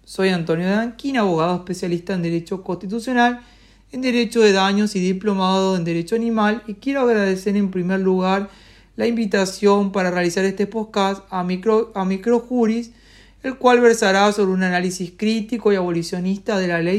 Soy Antonio Danquín, abogado especialista en Derecho Constitucional, en Derecho de Daños y diplomado en Derecho Animal, y quiero agradecer en primer lugar la invitación para realizar este podcast a Microjuris, el cual versará sobre un análisis crítico y abolicionista de la Ley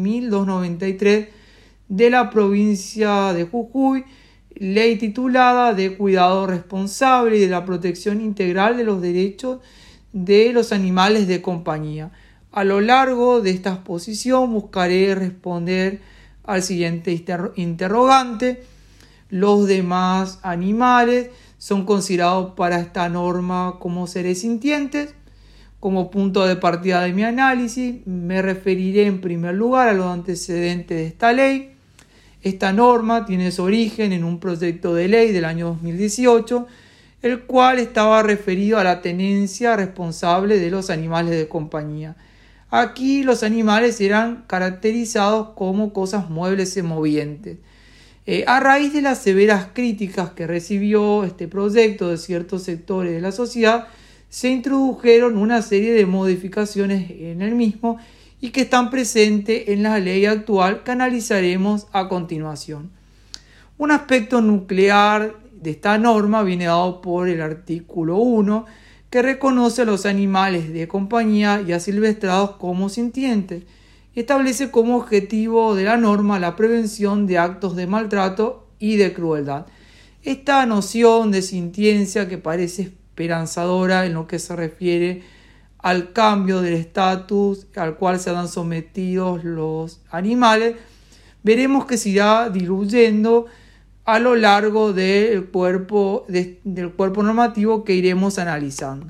6.293 de la provincia de Jujuy, ley titulada de cuidado responsable y de la protección integral de los derechos de los animales de compañía. A lo largo de esta exposición buscaré responder al siguiente interrogante: ¿los demás animales son considerados para esta norma como seres sintientes? Como punto de partida de mi análisis, me referiré en primer lugar a los antecedentes de esta ley. Esta norma tiene su origen en un proyecto de ley del año 2018, el cual estaba referido a la tenencia responsable de los animales de compañía. Aquí los animales eran caracterizados como cosas muebles y movientes. A raíz de las severas críticas que recibió este proyecto de ciertos sectores de la sociedad, se introdujeron una serie de modificaciones en el mismo y que están presentes en la ley actual que analizaremos a continuación. Un aspecto nuclear de esta norma viene dado por el artículo 1, que reconoce a los animales de compañía y asilvestrados como sintientes y establece como objetivo de la norma la prevención de actos de maltrato y de crueldad. Esta noción de sintiencia, que parece esperanzadora en lo que se refiere al cambio del estatus al cual se han sometidos los animales, veremos que se irá diluyendo a lo largo del cuerpo normativo que iremos analizando.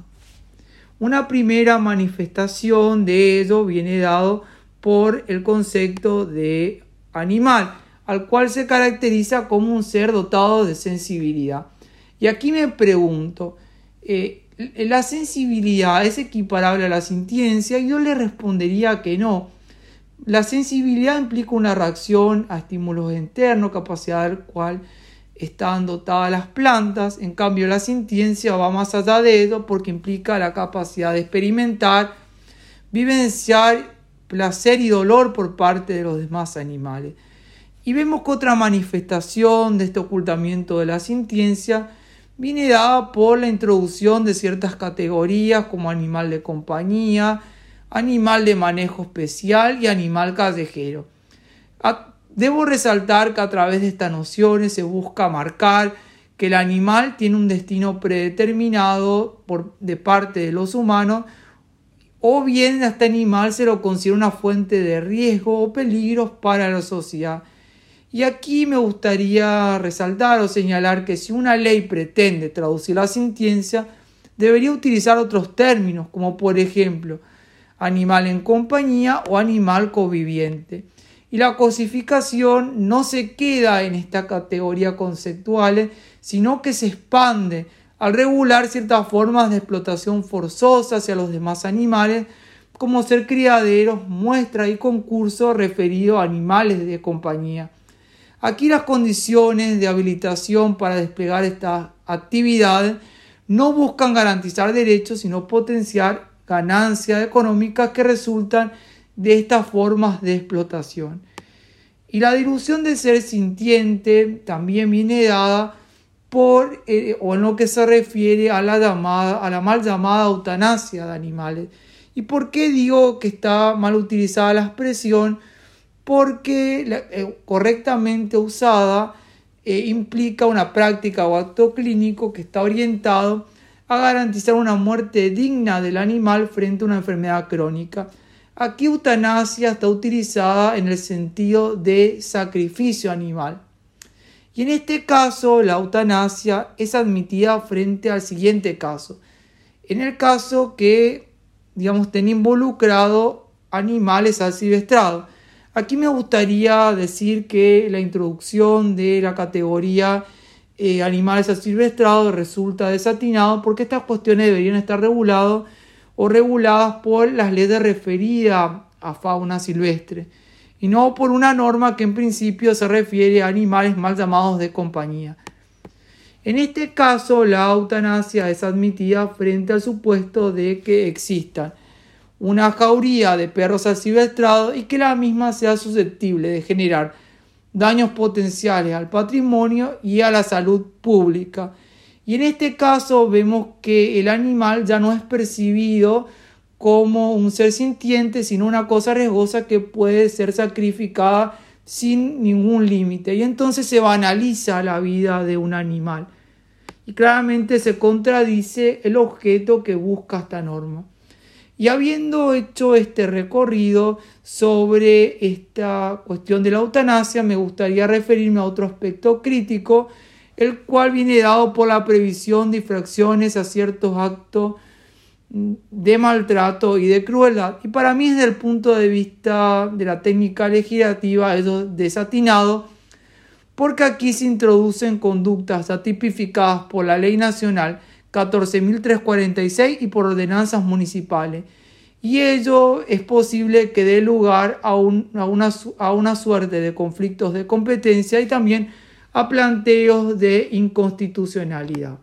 Una primera manifestación de ello viene dado por el concepto de animal, al cual se caracteriza como un ser dotado de sensibilidad. Y aquí me pregunto, ¿la sensibilidad es equiparable a la sintiencia? Yo le respondería que no. La sensibilidad implica una reacción a estímulos externos, capacidad del cual están dotadas las plantas. En cambio, la sintiencia va más allá de ello porque implica la capacidad de experimentar, vivenciar placer y dolor por parte de los demás animales. Y vemos que otra manifestación de este ocultamiento de la sintiencia viene dada por la introducción de ciertas categorías como animal de compañía, animal de manejo especial y animal callejero. Debo resaltar que a través de estas nociones se busca marcar que el animal tiene un destino predeterminado de parte de los humanos, o bien a este animal se lo considera una fuente de riesgo o peligros para la sociedad. Y aquí me gustaría resaltar o señalar que si una ley pretende traducir la sintiencia, debería utilizar otros términos, como por ejemplo animal en compañía o animal coviviente. Y la cosificación no se queda en esta categoría conceptual, sino que se expande al regular ciertas formas de explotación forzosa hacia los demás animales, como ser criaderos, muestras y concursos referidos a animales de compañía. Aquí las condiciones de habilitación para desplegar estas actividades no buscan garantizar derechos, sino potenciar ganancias económicas que resultan de estas formas de explotación. Y la dilución del ser sintiente también viene dada por, o en lo que se refiere a la mal llamada eutanasia de animales. ¿Y por qué digo que está mal utilizada la expresión? Porque correctamente usada implica una práctica o acto clínico que está orientado a garantizar una muerte digna del animal frente a una enfermedad crónica. Aquí eutanasia está utilizada en el sentido de sacrificio animal. Y en este caso la eutanasia es admitida frente al siguiente caso. En el caso que, tenga involucrado animales asilvestrados. Aquí me gustaría decir que la introducción de la categoría animales asilvestrados resulta desatinado porque estas cuestiones deberían estar reguladas por las leyes referidas a fauna silvestre y no por una norma que en principio se refiere a animales mal llamados de compañía. En este caso, la eutanasia es admitida frente al supuesto de que existan una jauría de perros asilvestrados y que la misma sea susceptible de generar daños potenciales al patrimonio y a la salud pública. Y en este caso vemos que el animal ya no es percibido como un ser sintiente, sino una cosa riesgosa que puede ser sacrificada sin ningún límite. Y entonces se banaliza la vida de un animal. Y claramente se contradice el objeto que busca esta norma. Y habiendo hecho este recorrido sobre esta cuestión de la eutanasia, me gustaría referirme a otro aspecto crítico, el cual viene dado por la previsión de infracciones a ciertos actos de maltrato y de crueldad. Y para mí, desde el punto de vista de la técnica legislativa, eso es desatinado, porque aquí se introducen conductas tipificadas por la Ley Nacional 14.346 y por ordenanzas municipales. Y ello es posible que dé lugar a una suerte de conflictos de competencia y también a planteos de inconstitucionalidad.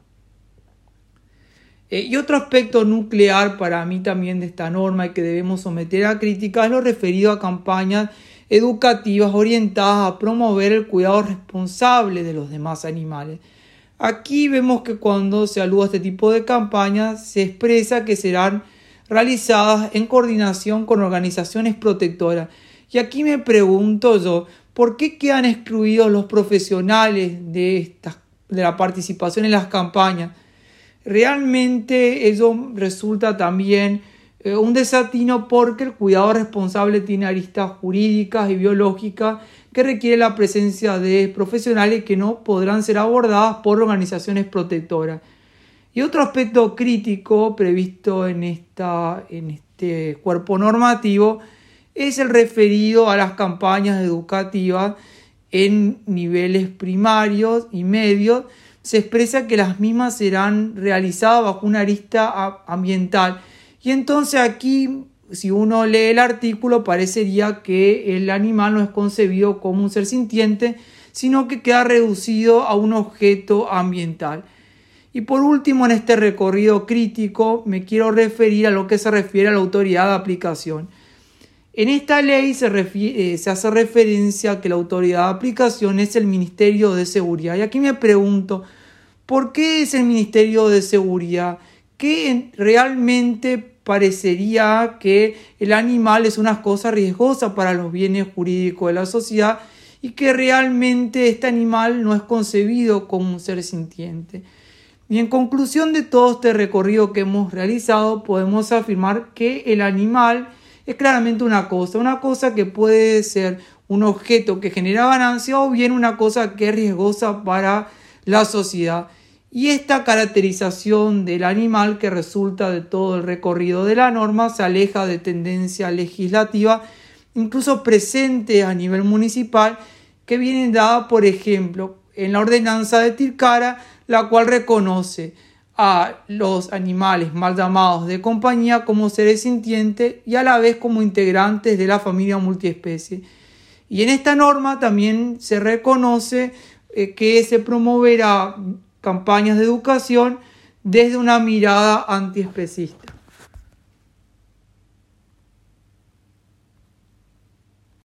Y otro aspecto nuclear para mí también de esta norma y que debemos someter a crítica es lo referido a campañas educativas orientadas a promover el cuidado responsable de los demás animales. Aquí vemos que cuando se alude a este tipo de campañas se expresa que serán realizadas en coordinación con organizaciones protectoras. Y aquí me pregunto yo, ¿por qué quedan excluidos los profesionales de la participación en las campañas? Realmente eso resulta también un desatino porque el cuidado responsable tiene aristas jurídicas y biológicas que requiere la presencia de profesionales que no podrán ser abordadas por organizaciones protectoras. Y otro aspecto crítico previsto en este cuerpo normativo es el referido a las campañas educativas en niveles primarios y medios. Se expresa que las mismas serán realizadas bajo una arista ambiental. Y entonces aquí, si uno lee el artículo, parecería que el animal no es concebido como un ser sintiente, sino que queda reducido a un objeto ambiental. Y por último, en este recorrido crítico, me quiero referir a lo que se refiere a la autoridad de aplicación. En esta ley se hace referencia a que la autoridad de aplicación es el Ministerio de Seguridad. Y aquí me pregunto, ¿por qué es el Ministerio de Seguridad? ¿Qué realmente parecería que el animal es una cosa riesgosa para los bienes jurídicos de la sociedad y que realmente este animal no es concebido como un ser sintiente? Y en conclusión de todo este recorrido que hemos realizado, podemos afirmar que el animal es claramente una cosa que puede ser un objeto que genera ganancia o bien una cosa que es riesgosa para la sociedad. Y esta caracterización del animal que resulta de todo el recorrido de la norma se aleja de tendencia legislativa, incluso presente a nivel municipal, que viene dada, por ejemplo, en la ordenanza de Tilcara, la cual reconoce a los animales mal llamados de compañía como seres sintientes y a la vez como integrantes de la familia multiespecie. Y en esta norma también se reconoce que se promoverá campañas de educación desde una mirada antiespecista.